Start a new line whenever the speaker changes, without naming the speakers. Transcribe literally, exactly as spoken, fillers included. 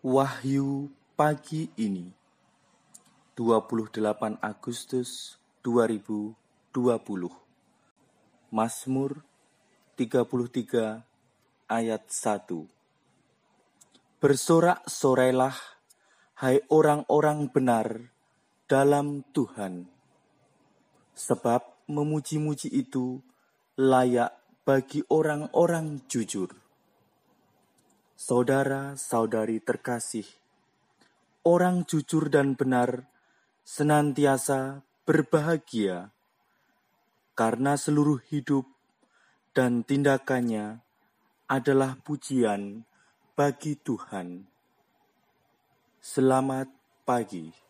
Wahyu pagi ini, dua puluh delapan Agustus dua ribu dua puluh. Mazmur tiga puluh tiga ayat satu. Bersorak-sorailah, hai orang-orang benar dalam Tuhan, sebab memuji-muji itu layak bagi orang-orang jujur. Saudara-saudari terkasih, orang jujur dan benar senantiasa berbahagia, karena seluruh hidup dan tindakannya adalah pujian bagi Tuhan. Selamat pagi.